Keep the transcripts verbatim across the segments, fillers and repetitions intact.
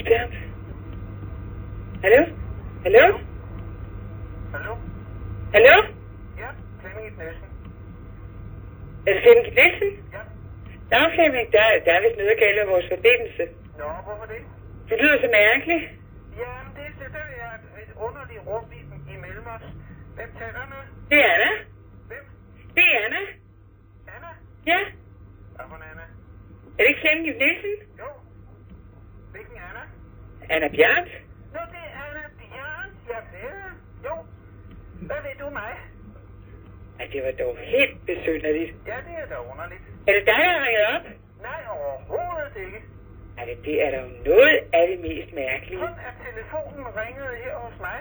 til ham. Hallo? Hallo? Hallo? Hallo? Ja, Flemming i Knudsen. Er det Flemming Knudsen? Ja. Nå, Flemming, der, der er vist noget galt med vores forbindelse. Nå, hvorfor det? Du lyder så mærkeligt. Jamen, det, det der er et, et underligt rum i, imellem os. Hvem taler med? Det er Anna. Hvem? Det er Anna. Anna? Ja. Hvorfor Anna? Er det ikke Flemming Knudsen? Jo. Hvilken Anna? Anna Bjørns? Nå, det er Anna Bjørn. Ja, vel. Jo. Hvad ved du mig? Ej, det var dog helt besynderligt. Ja, det er da underligt. Er det dig, der har ringet op? Nej, overhovedet ikke. Ej, det, det er da jo noget af det mest mærkelige. Kun at telefonen ringede her hos mig.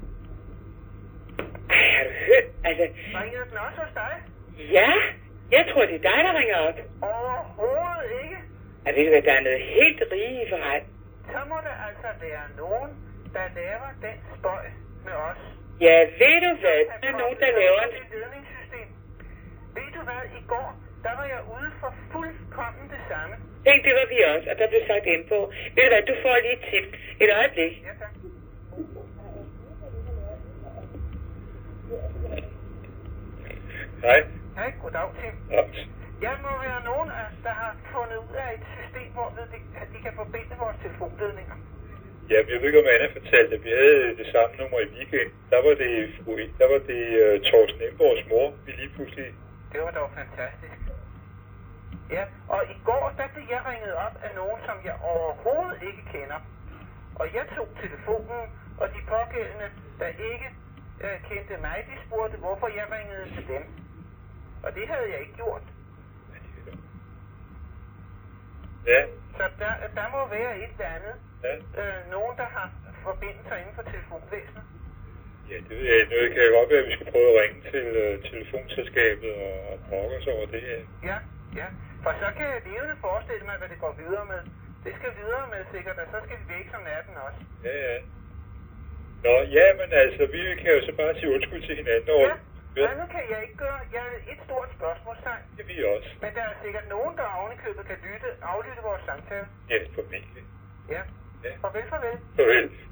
Ej, har du hørt? Altså, Ringede den også hos dig? ja. Jeg tror, det er dig, der ringer op. Overhovedet ikke. Ej, ved du hvad, der er noget helt rige for ret. Så må der altså være nogen, der laver den støj med os. Ja, ved du hvad, der er nogen, der laver en... Det ledningssystem. Ved du hvad, i går, der var jeg ude for fuldkommen det samme. Tænk, det var vi også, og der blev sagt ind på. Ved du hvad, du får lige et tip. Et øjeblik. Ja, tak. Hej. Hej, goddag, Tim. Ja. Jeg må være nogen, der har fundet ud af et system, hvor de, de kan forbinde vores telefonledninger. Jamen, jeg ved ikke, om Anna fortalte, at vi havde det samme nummer i weekend. Der var det, der var det uh, Torsten Emborgs mor, vi lige pludselig... Det var dog fantastisk. Ja, og i går, der blev jeg ringet op af nogen, som jeg overhovedet ikke kender. Og jeg tog telefonen, og de pågældende, der ikke øh, kendte mig, de spurgte, hvorfor jeg ringede til dem. Og det havde jeg ikke gjort. Ja. Så der, der må være et eller andet. Ja. Øh, nogen, der har forbindet sig inden for telefonvæsenet. Ja, det ved jeg. Nu kan jeg godt være, at vi skulle prøve at ringe til uh, telefonselskabet og, og brokke os over det her. Ja, ja. For så kan jeg levende forestille mig, hvad det går videre med. Det skal videre med sikkert, og så skal vi væk som natten også. Ja, ja. Nå, ja, men altså, vi kan jo så bare sige undskyld til hinanden over... Ja, ja. Nu kan jeg ikke gøre jeg er et stort spørgsmålstegn. Det vi også. Men der er sikkert nogen, der ovenikøbet kan lytte, aflytte vores samtale. Ja, formentlig. Ja. Ja. Farvel, farvel. Farvel.